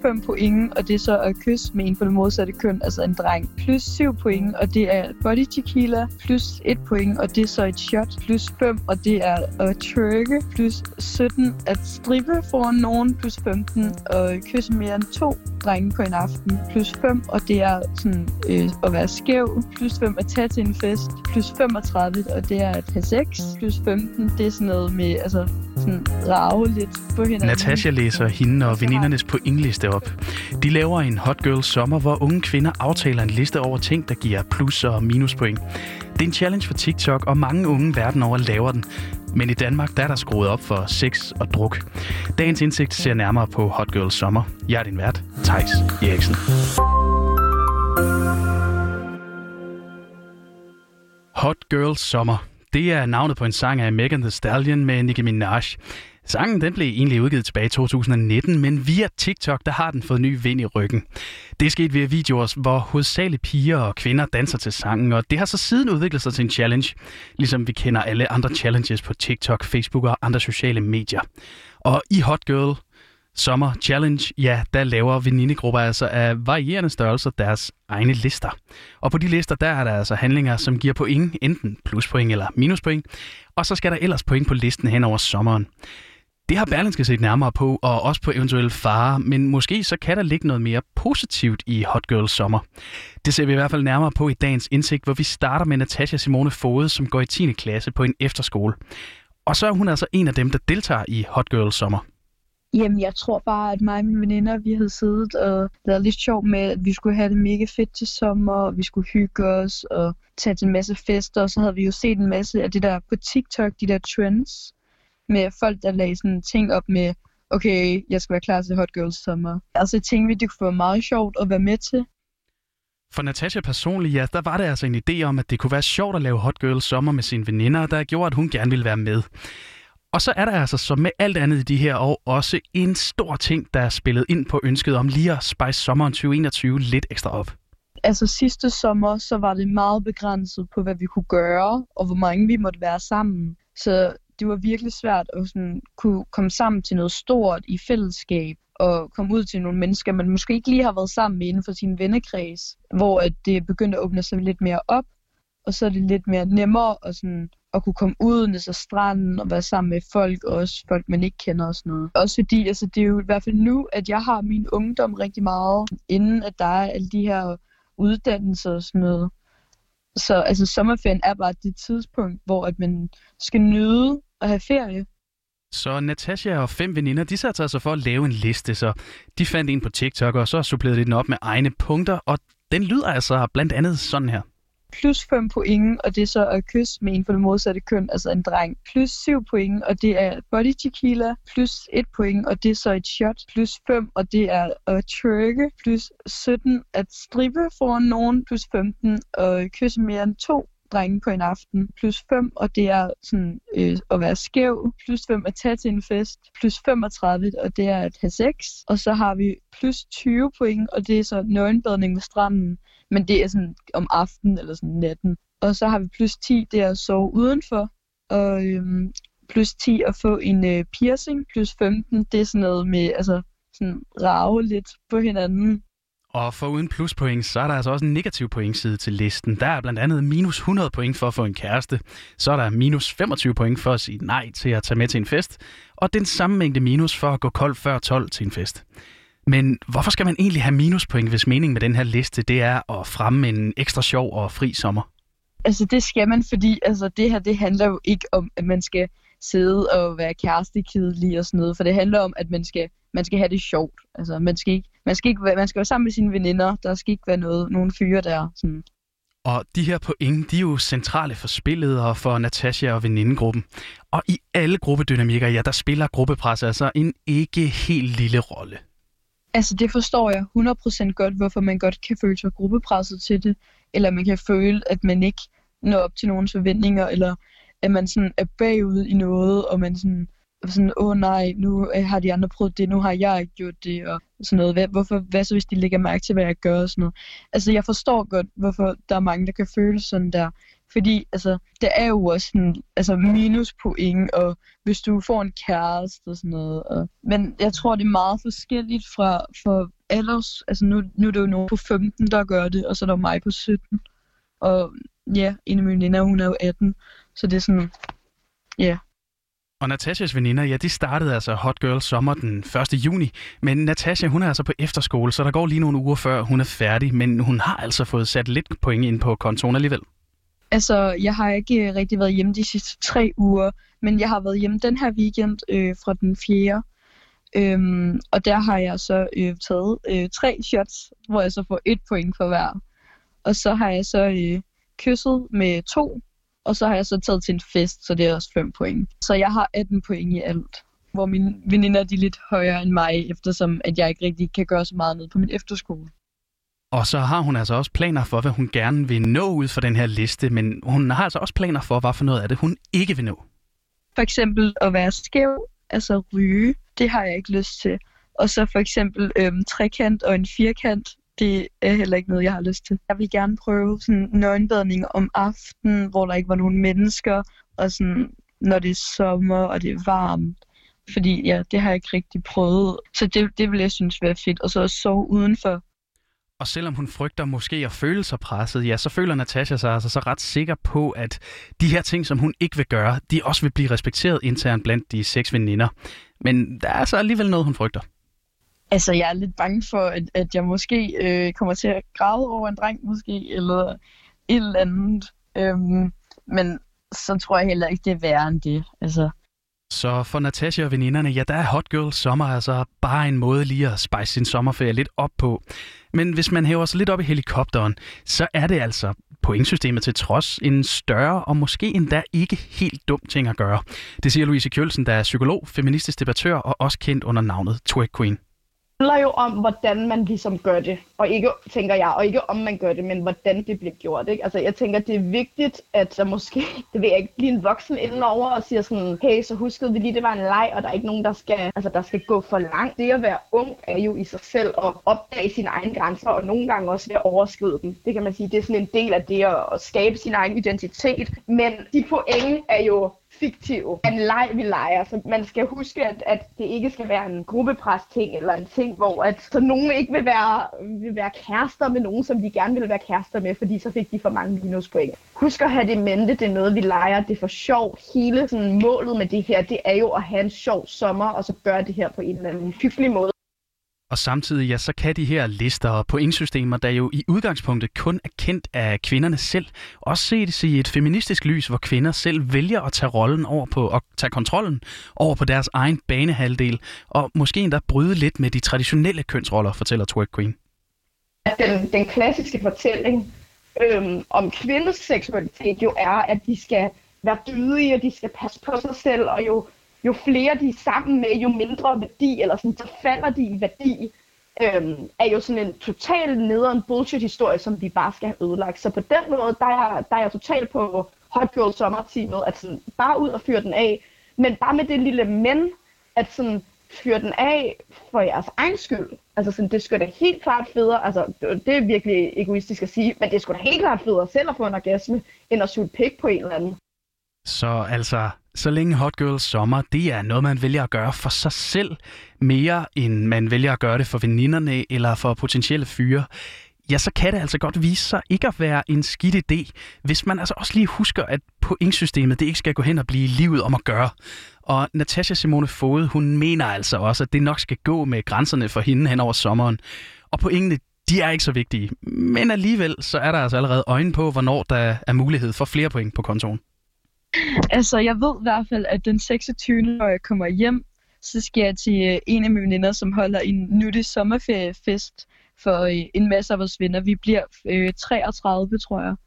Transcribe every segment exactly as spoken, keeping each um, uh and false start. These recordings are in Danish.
fem point, og det er så at kysse med en på det modsatte køn, altså en dreng. Plus syv point, og det er body tequila. Plus et point, og det er så et shot. Plus fem, og det er at twerke. Plus sytten, at strippe foran nogen. Plus femten, at kysse mere end to drenge på en aften. Plus fem, og det er sådan øh, at være skæv. Plus fem, at tage til en fest. Plus femogtredive, og det er at have sex. Plus femten, det er sådan noget med, altså sådan rave lidt på hinanden. Natasha læser hende og venindernes pointliste op. De laver en Hot Girl sommer, hvor unge kvinder aftaler en liste over ting, der giver plus- og minuspoint. Det er en challenge for TikTok, og mange unge verden over laver den. Men i Danmark der er der skruet op for sex og druk. Dagens indsigt ser nærmere på Hot Girl sommer. Jeg er din vært, Theis Eriksen. Hot Girl sommer. Det er navnet på en sang af Megan Thee Stallion med Nicki Minaj. Sangen den blev egentlig udgivet tilbage i to tusind nitten, men via TikTok der har den fået ny vind i ryggen. Det er sket via videoer, hvor hovedsageligt piger og kvinder danser til sangen, og det har så siden udviklet sig til en challenge, ligesom vi kender alle andre challenges på TikTok, Facebook og andre sociale medier. Og i Hot Girl Sommer Challenge, ja, der laver venindegrupper altså af varierende størrelser deres egne lister. Og på de lister, der er der altså handlinger, som giver point, enten pluspoint eller minuspoint, og så skal der ellers point på listen hen over sommeren. Det har Berlingske set nærmere på, og også på eventuelle farer, men måske så kan der ligge noget mere positivt i Hot Girl sommer. Det ser vi i hvert fald nærmere på i dagens indsigt, hvor vi starter med Natasha Simone Foged, som går i tiende klasse på en efterskole. Og så er hun altså en af dem, der deltager i Hot Girl sommer. Jamen, jeg tror bare, at mig og mine veninder, vi havde siddet og lavet lidt sjov med, at vi skulle have det mega fedt til sommer, og vi skulle hygge os og tage til en masse fester, og så havde vi jo set en masse af det der på TikTok, de der trends, med folk, der lagde sådan ting op med, okay, jeg skal være klar til Hot Girls sommer. Altså, jeg tænkte, det kunne være meget sjovt at være med til. For Natasha personligt, ja, der var det altså en idé om, at det kunne være sjovt at lave Hot Girls sommer med sine veninder, der gjorde, at hun gerne ville være med. Og så er der altså, som med alt andet i de her år, også en stor ting, der er spillet ind på ønsket om lige at spice sommeren tyve enogtyve lidt ekstra op. Altså sidste sommer, så var det meget begrænset på, hvad vi kunne gøre, og hvor mange vi måtte være sammen. Så det var virkelig svært at sådan, kunne komme sammen til noget stort i fællesskab, og komme ud til nogle mennesker, man måske ikke lige har været sammen med inden for sin vennekreds, hvor at det begyndte at åbne sig lidt mere op, og så er det lidt mere nemmere at, sådan, at kunne komme ud ned til stranden og være sammen med folk, og også folk, man ikke kender og sådan noget. Også fordi, altså, det er jo i hvert fald nu, at jeg har min ungdom rigtig meget, inden at der er alle de her uddannelser og sådan noget. Så altså, sommerferien er bare det tidspunkt, hvor at man skal nyde at have ferie. Så Natasha og fem veninder, de satte sig altså for at lave en liste, så de fandt en på TikTok, og så supplerede de den op med egne punkter, og den lyder altså blandt andet sådan her. Plus fem point, og det er så at kysse med en på det modsatte køn, altså en dreng. Plus syv point, og det er body tequila. Plus et point, og det er så et shot. Plus fem, og det er at twerke. Plus sytten, at strippe foran nogen. Plus femten, at kysse mere end to drenge på en aften. Plus fem, og det er sådan øh, at være skæv. Plus fem, at tage til en fest. Plus femogtredive, og det er at have sex. Og så har vi plus tyve point, og det er så nøgenbadning ved stranden. Men det er sådan om aftenen eller sådan natten. Og så har vi plus ti, det er at sove udenfor. Og øhm, plus ti at få en øh, piercing. Plus femten, det er sådan noget med altså sådan rave lidt på hinanden. Og for uden pluspoint, så er der altså også en negativ pointside til listen. Der er blandt andet minus hundrede point for at få en kæreste. Så er der minus femogtyve point for at sige nej til at tage med til en fest. Og den samme mængde minus for at gå kold før tolv til en fest. Men hvorfor skal man egentlig have minuspoint, hvis meningen med den her liste, det er at fremme en ekstra sjov og fri sommer? Altså det skal man, fordi altså, det her det handler jo ikke om, at man skal sidde og være kærestekedelig og sådan noget. For det handler om, at man skal, man skal have det sjovt. Altså man skal, ikke, man, skal ikke, man skal være sammen med sine veninder. Der skal ikke være noget, nogen fyre der. Sådan. Og de her point, de er jo centrale for spillet og for Natasha og venindegruppen. Og i alle gruppedynamikker, ja, der spiller gruppepres altså en ikke helt lille rolle. Altså det forstår jeg hundrede procent godt, hvorfor man godt kan føle sig gruppepresset til det, eller man kan føle, at man ikke når op til nogens forventninger, eller at man sådan er bagud i noget, og man sådan, sådan åh nej, nu har de andre prøvet det, nu har jeg ikke gjort det, og sådan noget. Hvad, hvorfor, hvad så hvis de lægger mærke til, hvad jeg gør, og sådan noget. Altså jeg forstår godt, hvorfor der er mange, der kan føle sådan der. Fordi altså, der er jo også sådan, altså minuspoint, og hvis du får en kæreste og sådan noget. Og, men jeg tror, det er meget forskelligt fra for alders, altså nu, nu er det jo nogen på femten, der gør det, og så er der mig på sytten. Og ja, en af mine veninder, hun er jo atten, så det er sådan, ja. Yeah. Og Natashas veninder, ja, de startede altså Hot Girl Summer den første juni. Men Natasha, hun er altså på efterskole, så der går lige nogle uger før hun er færdig. Men hun har altså fået sat lidt point ind på kontoen alligevel. Altså, jeg har ikke rigtig været hjemme de sidste tre uger, men jeg har været hjemme den her weekend øh, fra den fjerde. Øhm, og der har jeg så øh, taget øh, tre shots, hvor jeg så får et point for hver. Og så har jeg så øh, kysset med to. Og så har jeg så taget til en fest, så det er også fem point. Så jeg har atten point i alt, hvor mine veninder de er lidt højere end mig, eftersom at jeg ikke rigtig kan gøre så meget ned på min efterskole. Og så har hun altså også planer for, hvad hun gerne vil nå ud for den her liste, men hun har altså også planer for, hvad for noget af det, hun ikke vil nå. For eksempel at være skæv, altså ryge, det har jeg ikke lyst til. Og så for eksempel øhm, trekant og en firkant. Det er heller ikke noget, jeg har lyst til. Jeg vil gerne prøve sådan nøgenbadning om aftenen, hvor der ikke var nogen mennesker, og sådan, når det er sommer, og det er varmt. Fordi ja, det har jeg ikke rigtig prøvet. Så det, det vil jeg synes være fedt. Og så at sove udenfor. Og selvom hun frygter måske at føle sig presset, ja, så føler Natasha sig altså så ret sikker på, at de her ting, som hun ikke vil gøre, de også vil blive respekteret internt blandt de seks veninder. Men der er så alligevel noget, hun frygter. Altså, jeg er lidt bange for, at, at jeg måske øh, kommer til at græde over en dreng, måske, eller et eller andet. Øhm, men så tror jeg heller ikke, det er værre end det. Altså. Så for Natasha og veninderne, ja, der er Hot Girl Summer altså bare en måde lige at spice sin sommerferie lidt op på. Men hvis man hæver sig lidt op i helikopteren, så er det altså pointsystemet til trods en større og måske endda ikke helt dum ting at gøre. Det siger Louise Kjølsen, der er psykolog, feministisk debattør og også kendt under navnet Twerk Queen. Det handler jo om, hvordan man ligesom gør det, og ikke, tænker jeg, og ikke om man gør det, men hvordan det bliver gjort, ikke? Altså, jeg tænker, det er vigtigt, at der måske, det vil jeg ikke, blive en voksen indenover og siger sådan, hey, så huskede vi lige, det var en leg, og der er ikke nogen, der skal, altså, der skal gå for langt. Det at være ung er jo i sig selv at opdage sine egne grænser, og nogle gange også ved at overskride dem. Det kan man sige, det er sådan en del af det at skabe sin egen identitet, men de point er jo fiktive. En leg, vi leger. Så man skal huske, at, at det ikke skal være en gruppepres-ting, eller en ting, hvor at, så nogen ikke vil være, vil være kærester med nogen, som de gerne vil være kærester med, fordi så fik de for mange minuspoint. Husk at have det i mente, det er noget, vi leger, det er for sjov. Hele sådan, målet med det her, det er jo at have en sjov sommer, og så gøre det her på en eller anden hyggelig måde. Og samtidig, ja, så kan de her lister og pointsystemer, der jo i udgangspunktet kun er kendt af kvinderne selv, også ses i et feministisk lys, hvor kvinder selv vælger at tage rollen over på, og tage kontrollen over på deres egen banehalvdel, og måske endda bryde lidt med de traditionelle kønsroller, fortæller Twerk Queen. Den, den klassiske fortælling øhm, om kvinders seksualitet jo er, at de skal være dydige, og de skal passe på sig selv, og jo Jo flere de er sammen med, jo mindre værdi, eller sådan, så falder de i værdi, øhm, er jo sådan en total nederen bullshit-historie, som vi bare skal have ødelagt. Så på den måde, der er, der er jeg totalt på Hot Girl Summer-teamet, at sådan, bare ud og fyre den af, men bare med det lille men, at sådan, fyre den af for jeres egen skyld. Altså sådan, det skulle da helt klart federe, altså det er virkelig egoistisk at sige, men det skulle da helt klart federe selv at få en orgasme, end at suge pik på en eller anden. Så altså, så længe Hot Girl Summer, det er noget, man vælger at gøre for sig selv, mere end man vælger at gøre det for veninderne eller for potentielle fyre, ja, så kan det altså godt vise sig ikke at være en skidt idé, hvis man altså også lige husker, at pointsystemet det ikke skal gå hen og blive livet om at gøre. Og Natasha Simone Foged, hun mener altså også, at det nok skal gå med grænserne for hende hen over sommeren. Og pointene, de er ikke så vigtige, men alligevel så er der altså allerede øjne på, hvornår der er mulighed for flere point på kontoen. Altså, jeg ved i hvert fald, at den seksogtyvende når jeg kommer hjem, så skal jeg til en af mine veninder, som holder en nuttig sommerferiefest for en masse af vores venner. Vi bliver øh, treogtredive, tror jeg.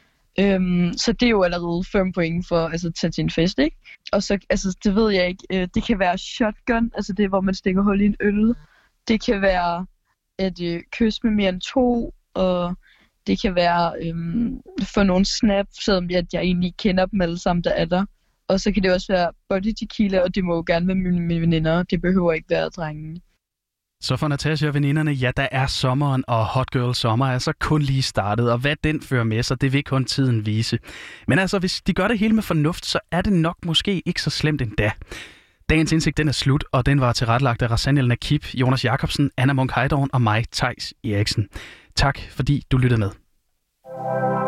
Øhm, så det er jo allerede fem point for altså, at tage til en fest, ikke? Og så, altså, det ved jeg ikke. Øh, det kan være shotgun, altså det, hvor man stikker hul i en øl. Det kan være at øh, kysse med mere end to, og det kan være øhm, for nogle snap, selvom jeg, jeg egentlig kender dem alle sammen, der er der. Og så kan det også være body tequila, og det må jo gerne være mine, mine veninder. Det behøver ikke være drengene. Så for Natasha og veninderne, ja, der er sommeren, og Hot Girl Summer er altså kun lige startet. Og hvad den fører med sig, det vil kun tiden vise. Men altså, hvis de gør det hele med fornuft, så er det nok måske ikke så slemt endda. Dagens indsigt den er slut, og den var tilrettelagt af Rasaniel Nakib, Jonas Jacobsen, Anna Munk Heidorn og mig, Theis Eriksen. Tak fordi du lyttede med.